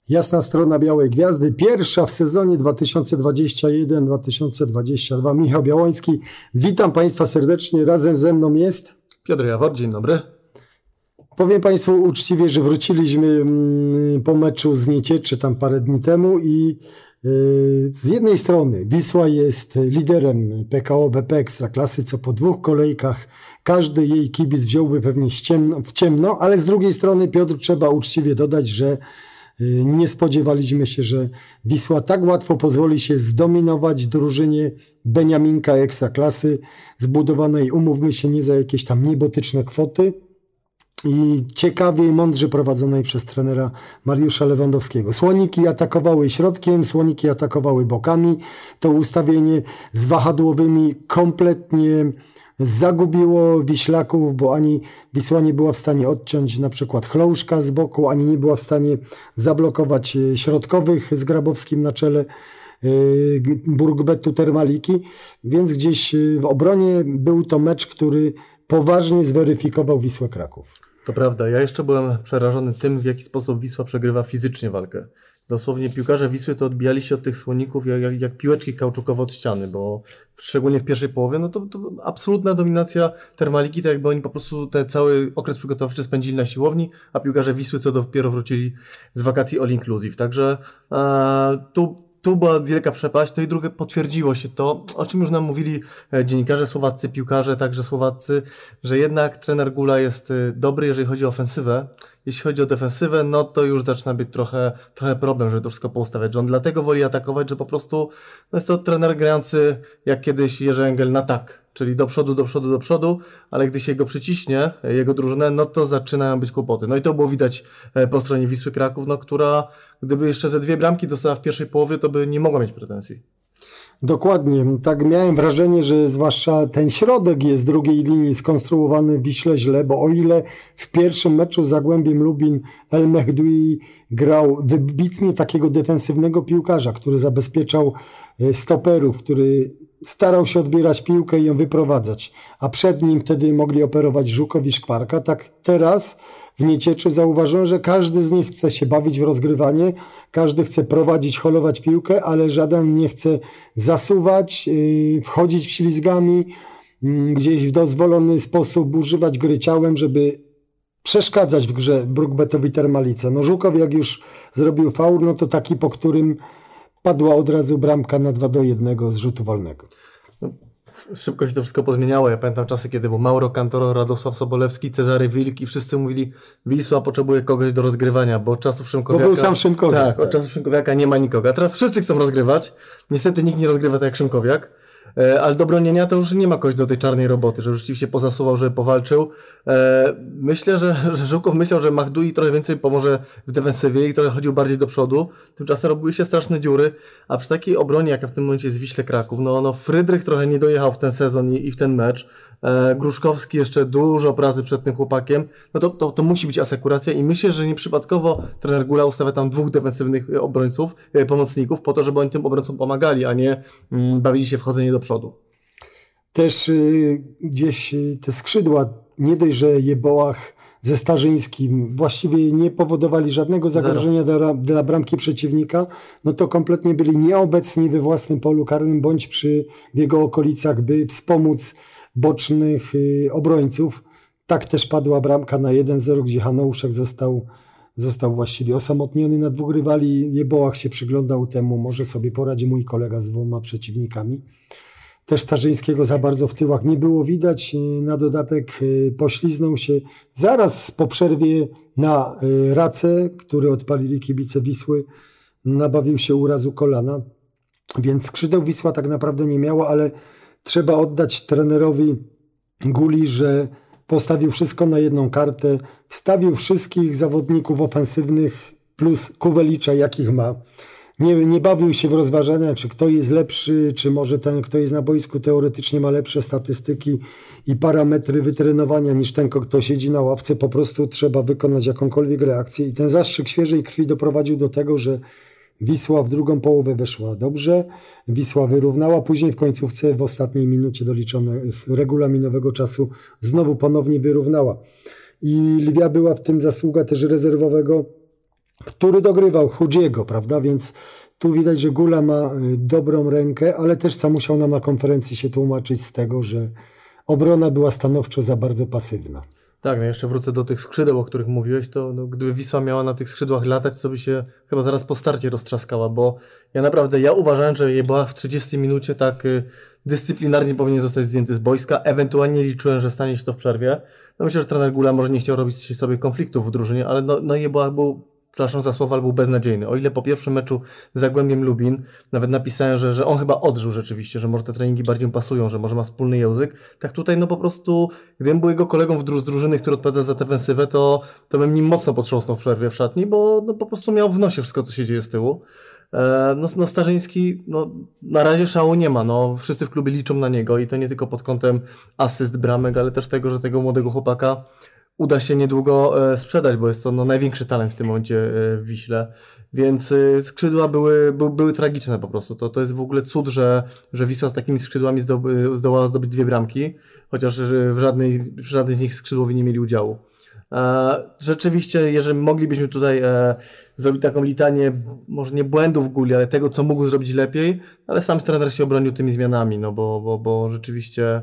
Jasna strona Białej Gwiazdy, pierwsza w sezonie 2021-2022. Michał Białoński, witam Państwa serdecznie, razem ze mną jest Piotr Jawor, dzień dobry. Powiem Państwu uczciwie, że wróciliśmy po meczu z Niecieczy tam parę dni temu i z jednej strony Wisła jest liderem PKO BP Ekstraklasy, co po 2 kolejkach każdy jej kibic wziąłby pewnie w ciemno, ale z drugiej strony, Piotr, trzeba uczciwie dodać, że nie spodziewaliśmy się, że Wisła tak łatwo pozwoli się zdominować drużynie Beniaminka Ekstraklasy, zbudowanej, umówmy się, nie za jakieś tam niebotyczne kwoty i ciekawie i mądrze prowadzonej przez trenera Mariusza Lewandowskiego. Słoniki atakowały środkiem, Słoniki atakowały bokami. To ustawienie z wahadłowymi kompletnie zagubiło Wiślaków, bo ani Wisła nie była w stanie odciąć na przykład Chlouszka z boku, ani nie była w stanie zablokować środkowych z Grabowskim na czele Burgbetu Termaliki, więc gdzieś w obronie był to mecz, który poważnie zweryfikował Wisłę Kraków. To prawda, ja jeszcze byłem przerażony tym, w jaki sposób Wisła przegrywa fizycznie walkę. Dosłownie piłkarze Wisły to odbijali się od tych słoników jak piłeczki kauczukowe od ściany, bo szczególnie w pierwszej połowie, no to absolutna dominacja Termaliki, tak jakby oni po prostu ten cały okres przygotowawczy spędzili na siłowni, a piłkarze Wisły co dopiero wrócili z wakacji all inclusive. Także tu była wielka przepaść, no i drugie potwierdziło się to, o czym już nam mówili dziennikarze słowaccy, piłkarze także słowaccy, że jednak trener Gula jest dobry, jeżeli chodzi o ofensywę. Jeśli chodzi o defensywę, no to już zaczyna być trochę problem, żeby to wszystko poustawiać, że on dlatego woli atakować, że po prostu jest to trener grający jak kiedyś Jerzy Engel na tak, czyli do przodu, ale gdy się go przyciśnie, jego drużynę, no to zaczynają być kłopoty. No i to było widać po stronie Wisły Kraków, no która gdyby jeszcze ze 2 bramki dostała w pierwszej połowie, to by nie mogła mieć pretensji. Dokładnie. Tak miałem wrażenie, że zwłaszcza ten środek jest z drugiej linii skonstruowany w Wiśle źle, bo o ile w pierwszym meczu z Zagłębiem Lubin El Mehdoui grał wybitnie takiego defensywnego piłkarza, który zabezpieczał stoperów, który starał się odbierać piłkę i ją wyprowadzać, a przed nim wtedy mogli operować Żukow i Szkwarka, tak teraz w Niecieczy zauważyłem, że każdy z nich chce się bawić w rozgrywanie, każdy chce prowadzić, holować piłkę, ale żaden nie chce zasuwać, wchodzić w ślizgami, gdzieś w dozwolony sposób używać gry ciałem, żeby przeszkadzać w grze Burgbetowi Termalice. No Żukow jak już zrobił faul, no to taki, po którym padła od razu bramka na 2-1 z rzutu wolnego. Szybko się to wszystko pozmieniało. Ja pamiętam czasy, kiedy był Mauro Cantoro, Radosław Sobolewski, Cezary Wilk i wszyscy mówili, Wisła potrzebuje kogoś do rozgrywania, bo od czasów Szymkowiaka... Bo był sam Szymkowiak. Tak, od czasów Szymkowiaka nie ma nikogo. A teraz wszyscy chcą rozgrywać. Niestety nikt nie rozgrywa tak jak Szymkowiak. Ale do bronienia to już nie ma kogoś do tej czarnej roboty, żeby rzeczywiście pozasuwał, żeby powalczył. Myślę, że Żukow myślał, że Mehdoui trochę więcej pomoże w defensywie i trochę chodził bardziej do przodu. Tymczasem robiły się straszne dziury, a przy takiej obronie, jaka w tym momencie jest w Wiśle Kraków, no Frydrych trochę nie dojechał w ten sezon i w ten mecz. Gruszkowski jeszcze dużo pracy przed tym chłopakiem. No to musi być asekuracja i myślę, że nieprzypadkowo trener Gula ustawia tam 2 defensywnych obrońców, pomocników po to, żeby oni tym obrońcom pomagali, a nie bawili się w chodzenie do przodu. Też gdzieś te skrzydła, nie dość, że Jebołach ze Starzyńskim właściwie nie powodowali żadnego zagrożenia dla bramki przeciwnika, no to kompletnie byli nieobecni we własnym polu karnym bądź w jego okolicach, by wspomóc bocznych obrońców. Tak też padła bramka na 1-0, gdzie Hanouszek został właściwie osamotniony na 2 rywali. Jebołach się przyglądał temu, może sobie poradzi mój kolega z 2 przeciwnikami. Też Starzyńskiego za bardzo w tyłach nie było widać. Na dodatek pośliznął się zaraz po przerwie na Racę, który odpalili kibice Wisły. Nabawił się urazu kolana. Więc skrzydeł Wisła tak naprawdę nie miała, ale trzeba oddać trenerowi Guli, że postawił wszystko na jedną kartę. Wstawił wszystkich zawodników ofensywnych plus Kuwelicza, jakich ma. Nie bawił się w rozważania, czy kto jest lepszy, czy może ten, kto jest na boisku, teoretycznie ma lepsze statystyki i parametry wytrenowania niż ten, kto siedzi na ławce. Po prostu trzeba wykonać jakąkolwiek reakcję i ten zastrzyk świeżej krwi doprowadził do tego, że Wisła w drugą połowę weszła dobrze, Wisła wyrównała, później w końcówce w ostatniej minucie doliczonej regulaminowego czasu znowu ponownie wyrównała. I Lwia była w tym zasługa też rezerwowego który dogrywał Hudziego, prawda? Więc tu widać, że Gula ma dobrą rękę, ale też sam musiał nam na konferencji się tłumaczyć z tego, że obrona była stanowczo za bardzo pasywna. Tak, no jeszcze wrócę do tych skrzydeł, o których mówiłeś, to gdyby Wisła miała na tych skrzydłach latać, to by się chyba zaraz po starcie roztrzaskała, bo ja uważałem, że Jeboach w 30 minucie tak dyscyplinarnie powinien zostać zdjęty z boiska, ewentualnie liczyłem, że stanie się to w przerwie. No myślę, że trener Gula może nie chciał robić sobie konfliktów w drużynie, ale no Jeboach był, przepraszam za słowa, ale był beznadziejny. O ile po pierwszym meczu z Zagłębiem Lubin nawet napisałem, że on chyba odżył rzeczywiście, że może te treningi bardziej mu pasują, że może ma wspólny język, tak tutaj no po prostu, gdybym był jego kolegą z drużyny, który odpowiada za defensywę, to bym nim mocno potrząsnął w przerwie w szatni, bo no po prostu miał w nosie wszystko, co się dzieje z tyłu. No Starzyński, no na razie szału nie ma, no wszyscy w klubie liczą na niego i to nie tylko pod kątem asyst, bramek, ale też tego, że tego młodego chłopaka uda się niedługo sprzedać, bo jest to no, największy talent w tym momencie w Wiśle, więc skrzydła były tragiczne po prostu. To jest w ogóle cud, że Wisła z takimi skrzydłami zdołała zdobyć 2 bramki, chociaż przy żadnej z nich skrzydłowi nie mieli udziału. Rzeczywiście, jeżeli moglibyśmy tutaj zrobić taką litanię, może nie błędów Guli, ale tego, co mógł zrobić lepiej, ale sam trener się obronił tymi zmianami, no bo rzeczywiście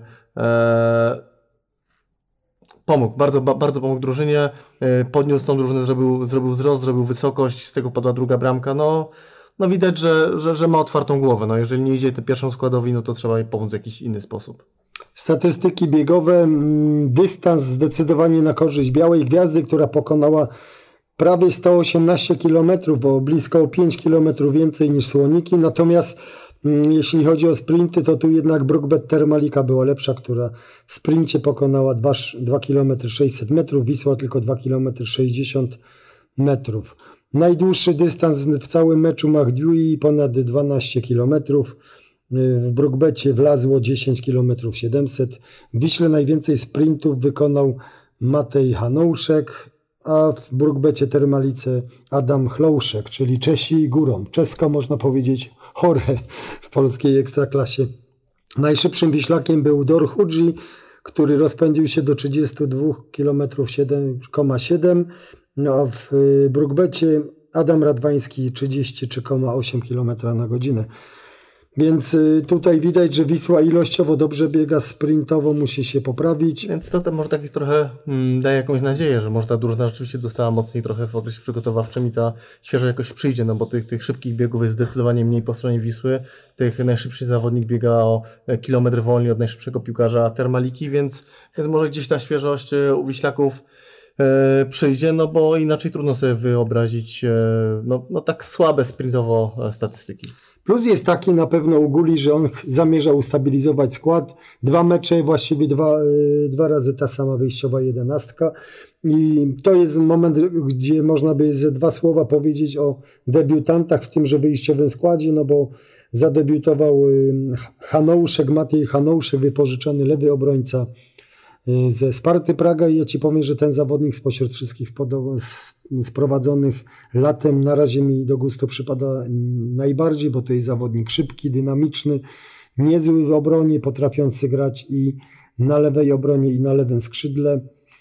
pomógł, bardzo pomógł drużynie, podniósł tą drużynę, zrobił wzrost, zrobił wysokość, z tego padła druga bramka, no widać, że ma otwartą głowę, no jeżeli nie idzie tym pierwszą składowi, no to trzeba jej pomóc w jakiś inny sposób. Statystyki biegowe, dystans zdecydowanie na korzyść Białej Gwiazdy, która pokonała prawie 118 km, bo blisko o 5 km więcej niż Słoniki, natomiast jeśli chodzi o sprinty, to tu jednak Brookbet Termalika była lepsza, która w sprincie pokonała 2 km 600 metrów, Wisła tylko 2 km 60 metrów. Najdłuższy dystans w całym meczu Machdiui ponad 12 km. W Brookbecie wlazło 10 km 700. W Wiśle najwięcej sprintów wykonał Matej Hanouszek, a w Brookbecie Termalice Adam Chlouszek, czyli Czesi górą. Czesko można powiedzieć chore w polskiej ekstraklasie. Najszybszym Wiślakiem był Dor Hudzi, który rozpędził się do 32 km 7,7. No a w Brookbecie Adam Radwański 33,8 km na godzinę. Więc tutaj widać, że Wisła ilościowo dobrze biega, sprintowo musi się poprawić. Więc to może takich trochę daje jakąś nadzieję, że może ta drużyna rzeczywiście dostała mocniej trochę w okresie przygotowawczym i ta świeża jakoś przyjdzie, no bo tych szybkich biegów jest zdecydowanie mniej po stronie Wisły. Najszybszy zawodnik biega o kilometr wolniej od najszybszego piłkarza Termaliki, więc może gdzieś ta świeżość u Wiślaków przyjdzie, no bo inaczej trudno sobie wyobrazić no tak słabe sprintowo statystyki. Plus jest taki na pewno u Guli, że on zamierza ustabilizować skład. 2 mecze, właściwie dwa razy ta sama wyjściowa 11. I to jest moment, gdzie można by ze 2 słowa powiedzieć o debiutantach w tymże wyjściowym składzie, no bo zadebiutował Hanouszek, Matej Hanouszek, wypożyczony lewy obrońca ze Sparty Praga i ja Ci powiem, że ten zawodnik spośród wszystkich sprowadzonych latem na razie mi do gustu przypada najbardziej, bo to jest zawodnik szybki, dynamiczny, niezły w obronie, potrafiący grać i na lewej obronie i na lewym skrzydle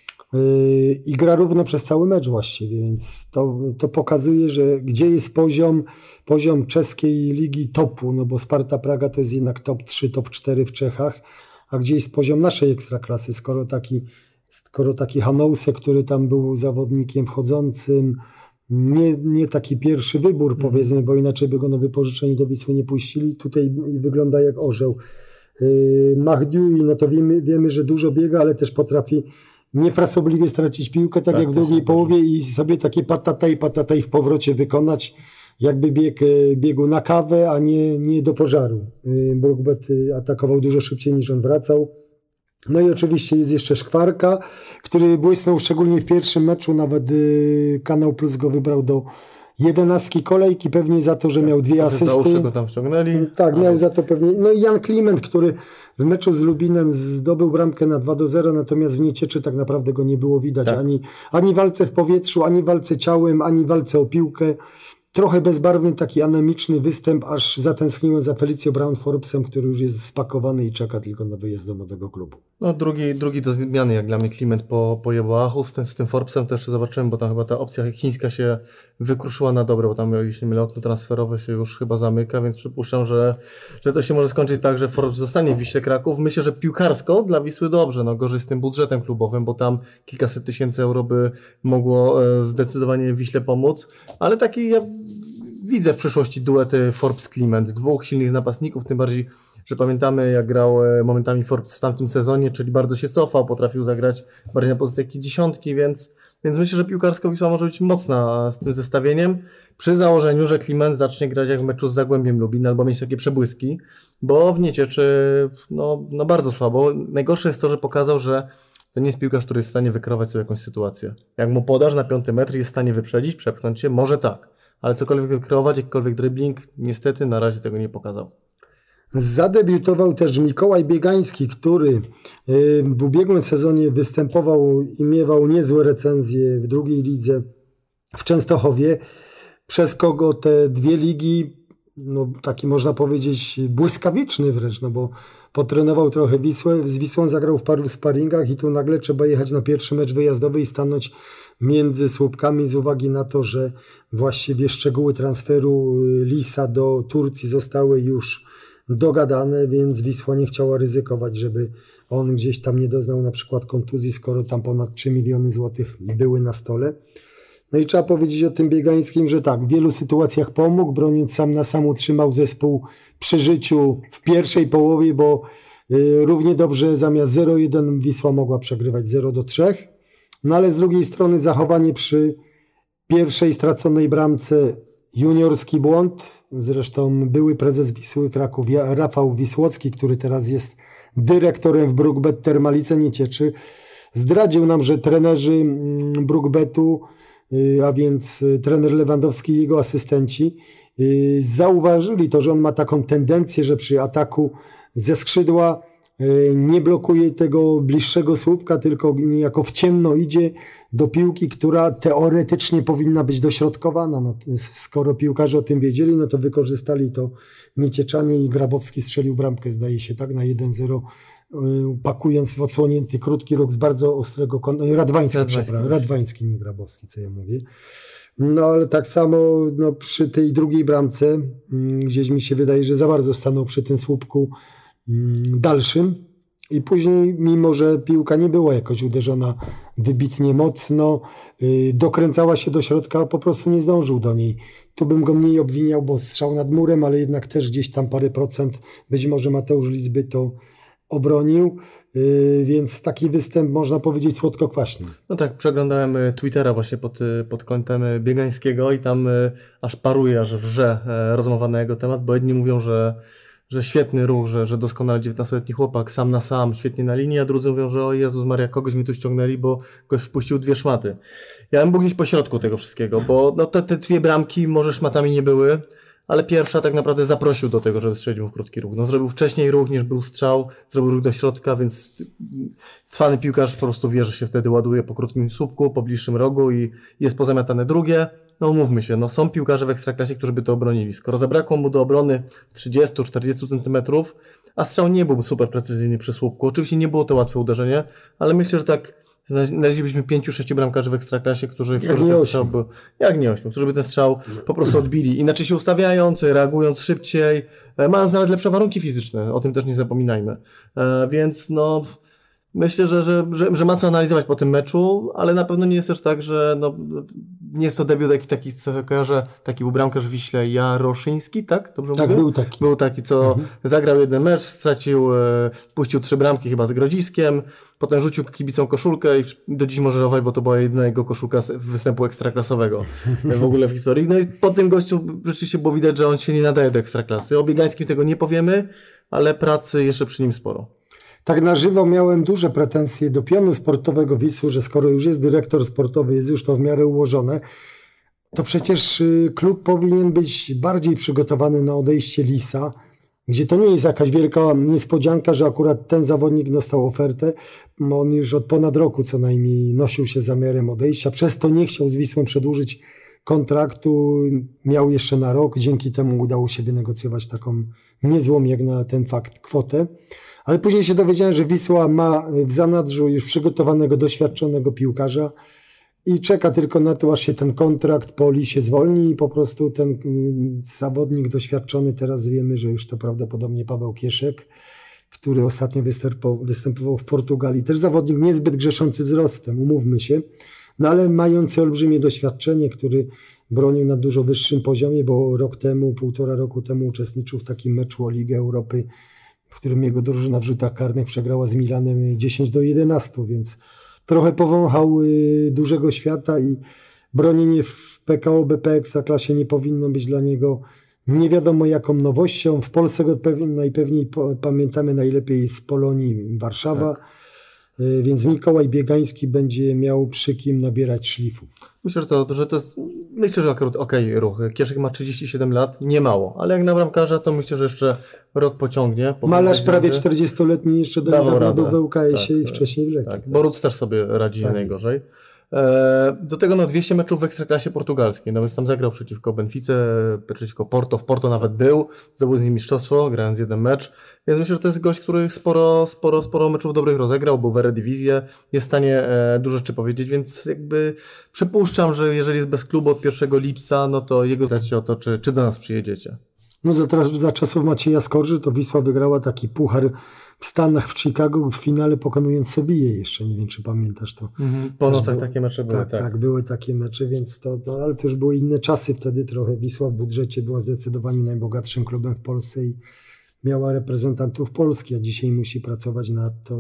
i gra równo przez cały mecz właściwie, więc to pokazuje, że gdzie jest poziom czeskiej ligi topu, no bo Sparta Praga to jest jednak top 3, top 4 w Czechach, a gdzie jest poziom naszej ekstraklasy, skoro taki Hanousek, który tam był zawodnikiem wchodzącym, nie taki pierwszy wybór powiedzmy, bo inaczej by go na wypożyczenie do Wisły nie puścili, tutaj wygląda jak orzeł. Machdiui, no to wiemy, że dużo biega, ale też potrafi niefrasobliwie stracić piłkę, tak jak w drugiej połowie i sobie takie patataj w powrocie wykonać, jakby biegł na kawę, a nie do pożaru. Brookbet atakował dużo szybciej niż on wracał. No i oczywiście jest jeszcze Szkwarka, który błysnął szczególnie w pierwszym meczu, nawet Kanał Plus go wybrał do 11 kolejki, pewnie za to, że miał 2 asysty. Go tam wciągnęli. Tak, miał za to pewnie. No i Jan Kliment, który w meczu z Lubinem zdobył bramkę na 2-0, natomiast w Niecieczy tak naprawdę go nie było widać. Tak. Ani walce w powietrzu, ani walce ciałem, ani walce o piłkę. trochę bezbarwny, taki anemiczny występ, aż zatęskniłem za Felicją Brown-Forbesem, który już jest spakowany i czeka tylko na wyjazd do nowego klubu. No drugi do zmiany jak dla mnie Kliment po Jeboachu. Z tym Forbesem to jeszcze zobaczymy, bo tam chyba ta opcja chińska się wykruszyła na dobre, bo tam, jeśli mylę, okno transferowe się już chyba zamyka, więc przypuszczam, że to się może skończyć tak, że Forbes zostanie w Wiśle Kraków. Myślę, że piłkarsko dla Wisły dobrze, no gorzej z tym budżetem klubowym, bo tam kilkaset tysięcy euro by mogło zdecydowanie Wiśle pomóc, ale taki ja widzę w przyszłości duety Forbes-Kliment, dwóch silnych napastników, tym bardziej, że pamiętamy jak grał momentami Forbes w tamtym sezonie, czyli bardzo się cofał, potrafił zagrać bardziej na pozycji jakiej dziesiątki, więc myślę, że piłkarsko Wisła może być mocna z tym zestawieniem, przy założeniu, że Kliment zacznie grać jak w meczu z Zagłębiem Lubin albo mieć takie przebłyski, bo w Niecieczy no bardzo słabo. Najgorsze jest to, że pokazał, że to nie jest piłkarz, który jest w stanie wykreować sobie jakąś sytuację. Jak mu podasz na 5 metr, jest w stanie wyprzedzić, przepchnąć się, może tak, ale cokolwiek wykreować, jakikolwiek dribbling, niestety na razie tego nie pokazał. Zadebiutował też Mikołaj Biegański, który w ubiegłym sezonie występował i miewał niezłe recenzje w drugiej lidze w Częstochowie, przez kogo te dwie ligi, no taki można powiedzieć błyskawiczny wręcz, no bo potrenował trochę Wisłę, z Wisłą zagrał w paru sparingach i tu nagle trzeba jechać na pierwszy mecz wyjazdowy i stanąć między słupkami z uwagi na to, że właściwie szczegóły transferu Lisa do Turcji zostały już dogadane, więc Wisła nie chciała ryzykować, żeby on gdzieś tam nie doznał na przykład kontuzji, skoro tam ponad 3 miliony złotych były na stole. No i trzeba powiedzieć o tym Biegańskim, że tak, w wielu sytuacjach pomógł, broniąc sam na sam utrzymał zespół przy życiu w pierwszej połowie, bo równie dobrze zamiast 0-1 Wisła mogła przegrywać 0-3. No ale z drugiej strony zachowanie przy pierwszej straconej bramce, juniorski błąd. Zresztą były prezes Wisły Kraków Rafał Wisłocki, który teraz jest dyrektorem w Brookbet Termalice Niecieczy, zdradził nam, że trenerzy Brookbetu, a więc trener Lewandowski i jego asystenci, zauważyli to, że on ma taką tendencję, że przy ataku ze skrzydła nie blokuje tego bliższego słupka, tylko niejako w ciemno idzie do piłki, która teoretycznie powinna być dośrodkowana. No, skoro piłkarze o tym wiedzieli, no to wykorzystali to Niecieczanie i Grabowski strzelił bramkę, zdaje się, tak, na 1-0, pakując w odsłonięty krótki róg z bardzo ostrego kąta. Radwański, nie Grabowski, co ja mówię. No ale tak samo no, przy tej drugiej bramce gdzieś mi się wydaje, że za bardzo stanął przy tym słupku dalszym i później, mimo że piłka nie była jakoś uderzona wybitnie mocno, dokręcała się do środka, a po prostu nie zdążył do niej. Tu bym go mniej obwiniał, bo strzał nad murem, ale jednak też gdzieś tam parę procent, być może Mateusz Lizby to obronił, więc taki występ można powiedzieć słodko-kwaśny. No tak, przeglądałem Twittera właśnie pod kątem Biegańskiego i tam aż paruje, aż wrze rozmowa na jego temat, bo jedni mówią, że świetny ruch, że doskonale 19-letni chłopak, sam na sam, świetnie na linii, a drudzy mówią, że o Jezus Maria, kogoś mi tu ściągnęli, bo goś wpuścił 2 szmaty. Ja bym był gdzieś po środku tego wszystkiego, bo no te 2 bramki może szmatami nie były, ale pierwsza tak naprawdę zaprosił do tego, żeby strzelił w krótki ruch. No zrobił wcześniej ruch niż był strzał, zrobił ruch do środka, więc cwany piłkarz po prostu wie, że się wtedy ładuje po krótkim słupku, po bliższym rogu i jest pozamiatane drugie. No umówmy się, no są piłkarze w Ekstraklasie, którzy by to obronili. Skoro zabrakło mu do obrony 30-40 cm, a strzał nie był super precyzyjny przy słupku. Oczywiście nie było to łatwe uderzenie, ale myślę, że tak znaleźlibyśmy 5-6 bramkarzy w Ekstraklasie, którzy ten strzał by, jak nie 8, którzy by ten strzał po prostu odbili. Inaczej się ustawiając, reagując szybciej, mając nawet lepsze warunki fizyczne, o tym też nie zapominajmy. Więc no myślę, że ma co analizować po tym meczu, ale na pewno nie jest też tak, że no, nie jest to debiut taki co kojarzę, taki był bramkarz w Wiśle Jaroszyński, tak? Dobrze tak, mówię? Był taki, co zagrał jeden mecz, puścił 3 bramki chyba z Grodziskiem, potem rzucił kibicom koszulkę i do dziś może żałować, bo to była jedna jego koszulka z występu ekstraklasowego w ogóle w historii. No i po tym gościu rzeczywiście było widać, że on się nie nadaje do ekstraklasy. O Biegańskim tego nie powiemy, ale pracy jeszcze przy nim sporo. Tak na żywo miałem duże pretensje do pionu sportowego Wisły, że skoro już jest dyrektor sportowy, jest już to w miarę ułożone, to przecież klub powinien być bardziej przygotowany na odejście Lisa, gdzie to nie jest jakaś wielka niespodzianka, że akurat ten zawodnik dostał ofertę. On już od ponad roku co najmniej nosił się zamiarem odejścia, przez to nie chciał z Wisłą przedłużyć kontraktu, miał jeszcze na rok, dzięki temu udało się wynegocjować taką niezłą jak na ten fakt kwotę. Ale później się dowiedziałem, że Wisła ma w zanadrzu już przygotowanego, doświadczonego piłkarza i czeka tylko na to, aż się ten kontrakt po lisie zwolni i po prostu ten zawodnik doświadczony, teraz wiemy, że już to prawdopodobnie Paweł Kieszek, który ostatnio występował w Portugalii, też zawodnik niezbyt grzeszący wzrostem, umówmy się, no ale mający olbrzymie doświadczenie, który bronił na dużo wyższym poziomie, bo półtora roku temu uczestniczył w takim meczu o Ligę Europy, w którym jego drużyna w rzutach karnych przegrała z Milanem 10-11, więc trochę powąchał dużego świata i bronienie w PKO BP Ekstraklasie nie powinno być dla niego nie wiadomo jaką nowością. W Polsce go najpewniej pamiętamy najlepiej z Polonii Warszawa, tak. Więc Mikołaj Biegański będzie miał przy kim nabierać szlifów. Myślę, że akurat okej, ruch. Kieszek ma 37 lat, nie mało, ale jak na bramkarza, to myślę, że jeszcze rok pociągnie. Malarz prawie 40-letni jeszcze do niedawna był w ŁKS-ie i wcześniej w Legii. Tak. Boruc też sobie radzi tak najgorzej. Do tego 200 meczów w Ekstraklasie portugalskiej, no więc tam zagrał przeciwko Benfice, przeciwko Porto, w Porto nawet był, zdobył z nim mistrzostwo, grając jeden mecz, więc myślę, że to jest gość, który sporo meczów dobrych rozegrał, był w Eredivisie, jest w stanie dużo rzeczy powiedzieć, więc jakby przypuszczam, że jeżeli jest bez klubu od 1 lipca, no to jego zdać się o to, czy do nas przyjedziecie. No za czasów Macieja Skorży to Wisła wygrała taki puchar w Stanach, w Chicago, w finale pokonując Sevillę jeszcze, nie wiem czy pamiętasz to. Po nocach takie mecze były, tak, były takie mecze, więc ale to już były inne czasy wtedy trochę. Wisła w budżecie była zdecydowanie najbogatszym klubem w Polsce i miała reprezentantów Polski, a dzisiaj musi pracować nad to,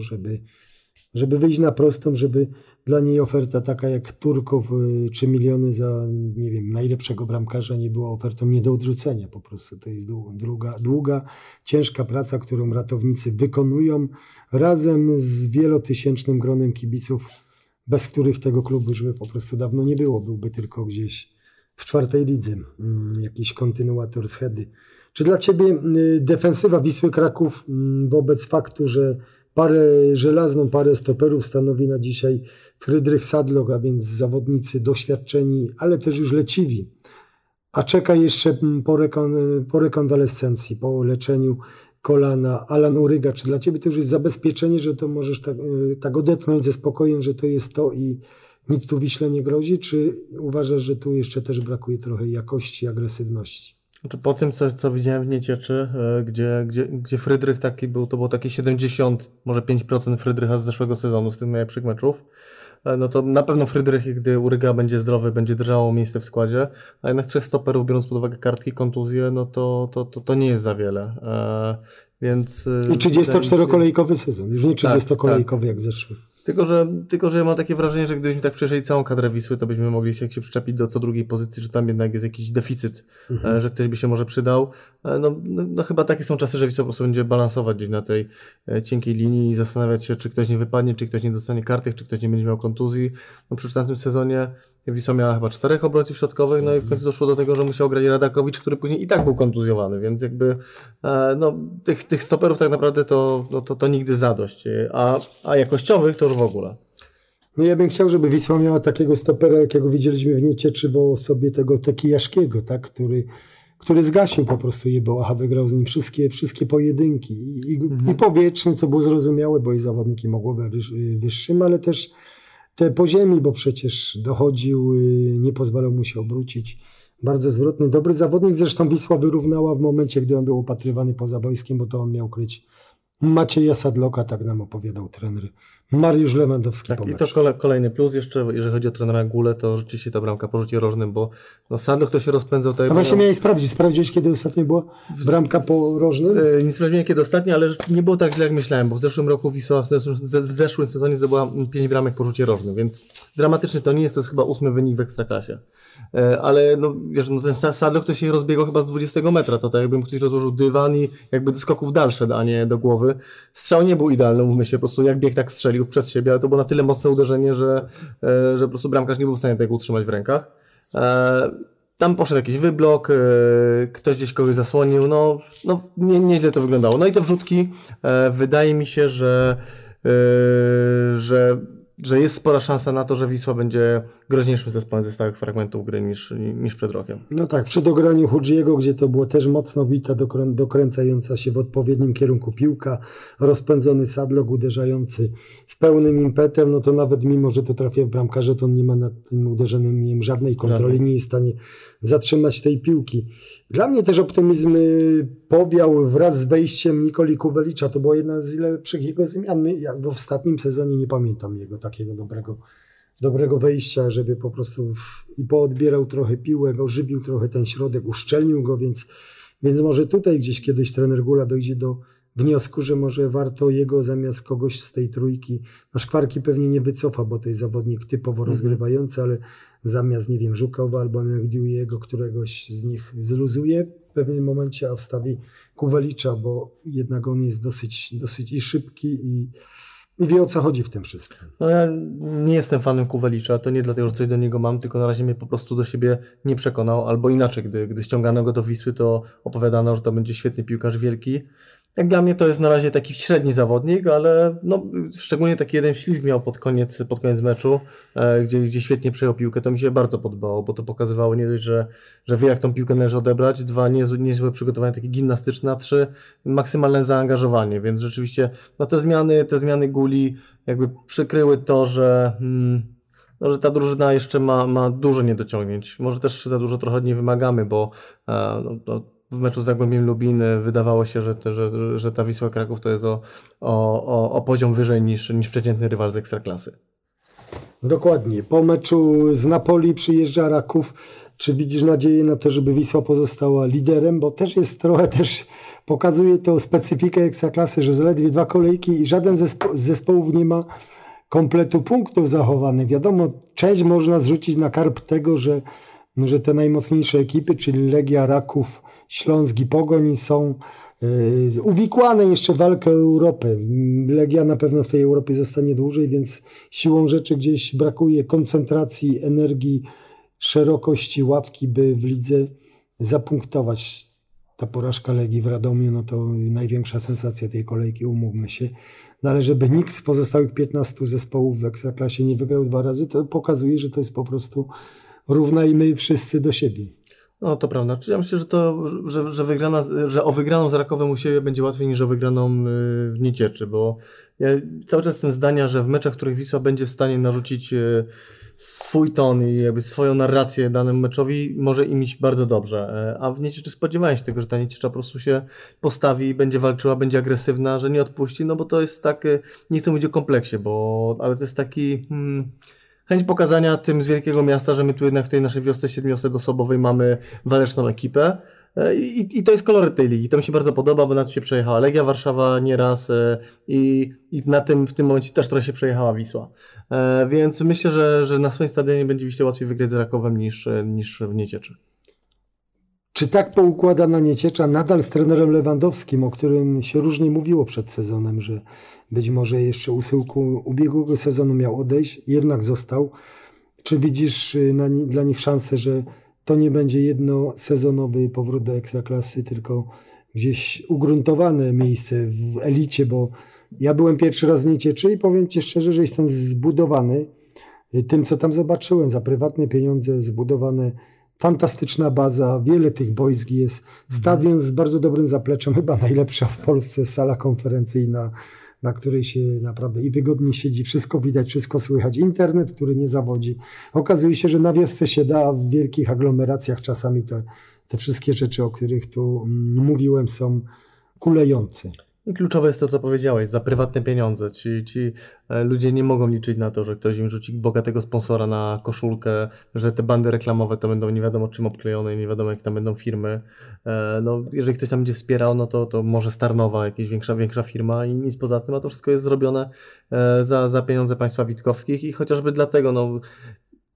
żeby wyjść na prostą, żeby dla niej oferta taka jak Turków 3 miliony za, nie wiem, najlepszego bramkarza nie była ofertą nie do odrzucenia. Po prostu to jest długa, ciężka praca, którą ratownicy wykonują razem z wielotysięcznym gronem kibiców, bez których tego klubu już by po prostu dawno nie było. Byłby tylko gdzieś w 4. lidze jakiś kontynuator z Hedy. Czy dla Ciebie defensywa Wisły Kraków wobec faktu, że żelazną parę stoperów stanowi na dzisiaj Frydrych Sadlok, a więc zawodnicy doświadczeni, ale też już leciwi, a czeka jeszcze po rekonwalescencji, po leczeniu kolana Alan Uryga. Czy dla Ciebie to już jest zabezpieczenie, że to możesz tak odetchnąć ze spokojem, że to jest to i nic tu Wiśle nie grozi, czy uważasz, że tu jeszcze też brakuje trochę jakości, agresywności? Znaczy po tym, co widziałem w Niecieczy, gdzie Frydrych taki był, to było takie 70, może 5% Frydrycha z zeszłego sezonu, z tych najlepszych meczów, no to na pewno Frydrych, gdy Uryga będzie zdrowy, będzie drżało miejsce w składzie, a jednak 3 stoperów, biorąc pod uwagę kartki, kontuzje, no to nie jest za wiele. Więc i 34-kolejkowy sezon, już nie 30-kolejkowy jak zeszły. Tylko, że ja mam takie wrażenie, że gdybyśmy tak przejrzeli całą kadrę Wisły, to byśmy mogli się przyczepić do co drugiej pozycji, że tam jednak jest jakiś deficyt, że ktoś by się może przydał. No chyba takie są czasy, że Wisła po prostu będzie balansować gdzieś na tej cienkiej linii i zastanawiać się, czy ktoś nie wypadnie, czy ktoś nie dostanie kartek, czy ktoś nie będzie miał kontuzji. No przeczytałem w tym sezonie Wisła miała chyba 4 obrońców środkowych, no i w końcu doszło do tego, że musiał grać Radakowicz, który później i tak był kontuzjowany, więc jakby tych stoperów tak naprawdę to nigdy zadość, a jakościowych to już w ogóle. No ja bym chciał, żeby Wisła miała takiego stopera, jakiego widzieliśmy w Niecieczy, bo sobie tego Tekijaszkiego, tak, który zgasił po prostu Jebołacha, wygrał z nim wszystkie pojedynki i powietrzny, co było zrozumiałe, bo i zawodniki mogło wyższym, ale też te po ziemi, bo przecież dochodził, nie pozwalał mu się obrócić. Bardzo zwrotny, dobry zawodnik. Zresztą Wisła wyrównała w momencie, gdy on był opatrywany poza boiskiem, bo to on miał kryć Macieja Sadloka, tak nam opowiadał trener Mariusz Lewandowski. Tak, i to kolejny plus jeszcze, jeżeli chodzi o trenera Gulę, to rzeczywiście ta bramka po rzucie rożnym, bo Sadlok to się rozpędzał. A właśnie miałeś sprawdzić, kiedy ostatnio była bramka po rożnym? Nie sprawdziłem kiedy ostatnio, ale nie było tak źle jak myślałem, bo w zeszłym roku Wisła w zeszłym sezonie zdobyła 5 bramek po rzucie rożnym, więc dramatyczny to nie jest, to jest chyba 8 wynik w Ekstraklasie. Ale wiesz, ten Sadlok to się rozbiegał chyba z 20 metra, to tak jakby ktoś rozłożył dywan i jakby do skoków dalsze, a nie do głowy. Strzał nie był idealny, mówmy się, po prostu jak bieg tak strzelił przed siebie, ale to było na tyle mocne uderzenie, że po prostu bramkarz nie był w stanie tego utrzymać w rękach. Tam poszedł jakiś wyblok, ktoś gdzieś kogoś zasłonił, nieźle to wyglądało. No i te wrzutki, wydaje mi się, że że jest spora szansa na to, że Wisła będzie groźniejszym zespołem ze stałych fragmentów gry niż przed rokiem. No tak, przy dograniu Hudżyego, gdzie to było też mocno bita, dokręcająca się w odpowiednim kierunku piłka, rozpędzony Sadlok uderzający z pełnym impetem, no to nawet mimo, że to trafia w bramkarza, to on nie ma nad tym uderzeniem żadnej kontroli, nie jest w stanie zatrzymać tej piłki. Dla mnie też optymizm powiał wraz z wejściem Nikoli Kuwelicza. To była jedna z lepszych jego zmian. Ja w ostatnim sezonie nie pamiętam jego takiego dobrego wejścia, żeby po prostu i poodbierał trochę piłek, ożywił trochę ten środek, uszczelnił go, więc może tutaj gdzieś kiedyś trener Gula dojdzie do wniosku, że może warto jego zamiast kogoś z tej trójki, no Szkwarki pewnie nie wycofa, bo to jest zawodnik typowo rozgrywający, ale zamiast, nie wiem, Żukowa albo Negdiujego, któregoś z nich zluzuje w pewnym momencie, a wstawi Kuwelicza, bo jednak on jest dosyć i szybki i wie, o co chodzi w tym wszystkim. No ja nie jestem fanem Kuwelicza, to nie dlatego, że coś do niego mam, tylko na razie mnie po prostu do siebie nie przekonał, albo inaczej, gdy ściągano go do Wisły, to opowiadano, że to będzie świetny piłkarz wielki. Jak dla mnie to jest na razie taki średni zawodnik, ale no, szczególnie taki jeden ślizg miał pod koniec meczu, gdzie świetnie przejął piłkę, to mi się bardzo podobało, bo to pokazywało nie dość, że wie jak tą piłkę należy odebrać, 2 niezłe przygotowanie takie gimnastyczne, a 3 maksymalne zaangażowanie, więc rzeczywiście no, te zmiany Guli jakby przykryły to, że ta drużyna jeszcze ma dużo niedociągnięć. Może też za dużo trochę od niej wymagamy, bo w meczu z Zagłębiem Lubin wydawało się, że ta Wisła Kraków to jest o poziom wyżej niż przeciętny rywal z Ekstraklasy. Dokładnie. Po meczu z Napoli przyjeżdża Raków. Czy widzisz nadzieję na to, żeby Wisła pozostała liderem? Bo też jest trochę, pokazuje to specyfikę Ekstraklasy, że zaledwie 2 kolejki i żaden z zespołów nie ma kompletu punktów zachowanych. Wiadomo, część można zrzucić na karb tego, że te najmocniejsze ekipy, czyli Legia, Raków, Śląsk i Pogoń są uwikłane jeszcze w walkę o Europę. Legia na pewno w tej Europie zostanie dłużej, więc siłą rzeczy gdzieś brakuje koncentracji, energii, szerokości ławki, by w lidze zapunktować. Ta porażka Legii w Radomiu, no to największa sensacja tej kolejki, umówmy się. No ale żeby nikt z pozostałych 15 zespołów w Ekstraklasie nie wygrał 2 razy, to pokazuje, że to jest po prostu równajmy wszyscy do siebie. No to prawda. Ja myślę, że o wygraną z Rakowem u siebie będzie łatwiej niż o wygraną w Niecieczy, bo ja cały czas jestem zdania, że w meczach, w których Wisła będzie w stanie narzucić swój ton i jakby swoją narrację danemu meczowi, może im iść bardzo dobrze. A w Niecieczy spodziewałem się tego, że ta Nieciecza po prostu się postawi, będzie walczyła, będzie agresywna, że nie odpuści, no bo to jest tak, nie chcę mówić o kompleksie, ale to jest taki chęć pokazania tym z wielkiego miasta, że my tu jednak w tej naszej wiosce 700-osobowej mamy waleczną ekipę. I to jest koloryt tej ligi. To mi się bardzo podoba, bo na tym się przejechała Legia Warszawa nieraz i w tym momencie też trochę się przejechała Wisła. Więc myślę, że na swoim stadionie będzie Wiśle łatwiej wygrać z Rakowem niż w Niecieczy. Czy tak poukładana Nieciecza nadal z trenerem Lewandowskim, o którym się różnie mówiło przed sezonem, że być może jeszcze u schyłku ubiegłego sezonu miał odejść, jednak został. Czy widzisz dla nich szansę, że to nie będzie jednosezonowy powrót do Ekstraklasy, tylko gdzieś ugruntowane miejsce w elicie, bo ja byłem pierwszy raz w Niecieczy i powiem Ci szczerze, że jestem zbudowany tym, co tam zobaczyłem. Za prywatne pieniądze zbudowane, fantastyczna baza, wiele tych boisk jest. Stadion z bardzo dobrym zapleczem, chyba najlepsza w Polsce sala konferencyjna, na której się naprawdę i wygodnie siedzi, wszystko widać, wszystko słychać. Internet, który nie zawodzi. Okazuje się, że na wiosce się da, w wielkich aglomeracjach czasami te wszystkie rzeczy, o których tu mówiłem, są kulejące. I kluczowe jest to, co powiedziałeś, za prywatne pieniądze. Ci ludzie nie mogą liczyć na to, że ktoś im rzuci bogatego sponsora na koszulkę, że te bandy reklamowe to będą nie wiadomo czym obklejone i nie wiadomo jak tam będą firmy. No, jeżeli ktoś tam będzie wspierał, no to może Starnowa, jakaś większa firma i nic poza tym, a to wszystko jest zrobione za pieniądze państwa witkowskich i chociażby dlatego, no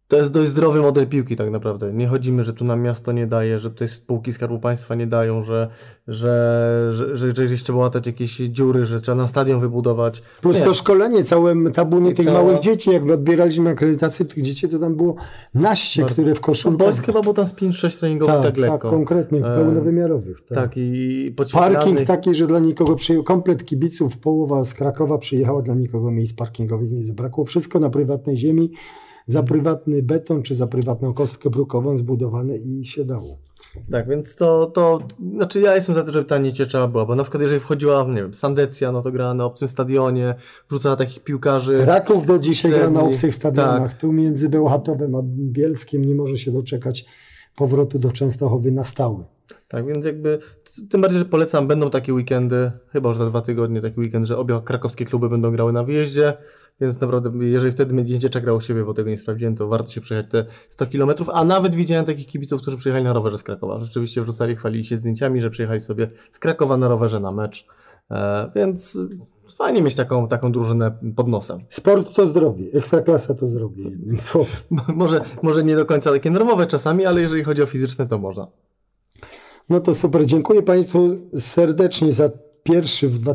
To jest dość zdrowy model piłki tak naprawdę. Nie chodzimy, że tu nam miasto nie daje, że tutaj spółki Skarbu Państwa nie dają, że jeżeli trzeba łatać jakieś dziury, że trzeba nam stadion wybudować. Plus Nie. to szkolenie, całe tabuny tych cała- małych dzieci, jak odbieraliśmy akredytację tych dzieci, to tam było naście, które w koszulkach. Boys chyba było tam z 5-6 treningowych tak lekko. Tak, konkretnie, pełnowymiarowych. Tak. Tak, i Parking taki, że dla nikogo przyjął, komplet kibiców, połowa z Krakowa przyjechała, dla nikogo miejsc parkingowych nie zabrakło. Wszystko na prywatnej ziemi, za prywatny beton, czy za prywatną kostkę brukową zbudowane i się dało. Tak, więc znaczy ja jestem za tym, żeby ta nieciecza była, bo na przykład jeżeli wchodziła, nie wiem, Sandecja, no to grała na obcym stadionie, wrzucała takich piłkarzy. Raków do dzisiaj gra na średni, obcych stadionach. tak. Tu między Bełchatowem a Bielskiem nie może się doczekać powrotu do Częstochowy na stałe. Tak, więc jakby, tym bardziej, że polecam, będą takie weekendy, chyba już za 2 tygodnie taki weekend, że obie krakowskie kluby będą grały na wyjeździe, więc naprawdę, jeżeli wtedy będzie Nieciecza grał u siebie, bo tego nie sprawdziłem, to warto się przejechać te 100 km, a nawet widziałem takich kibiców, którzy przyjechali na rowerze z Krakowa. Rzeczywiście wrzucali, chwalili się zdjęciami, że przyjechali sobie z Krakowa na rowerze na mecz, więc fajnie mieć taką drużynę pod nosem. Sport to zdrowie, ekstraklasa to zdrowie, jednym słowem. Może nie do końca takie normowe czasami, ale jeżeli chodzi o fizyczne, to można. No to super, dziękuję Państwu serdecznie za pierwszy w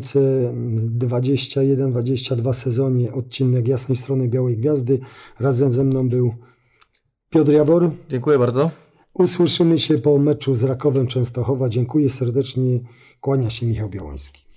2021-2022 sezonie odcinek Jasnej Strony Białej Gwiazdy. Razem ze mną był Piotr Jawor. Dziękuję bardzo. Usłyszymy się po meczu z Rakowem Częstochowa. Dziękuję serdecznie, kłania się Michał Białoński.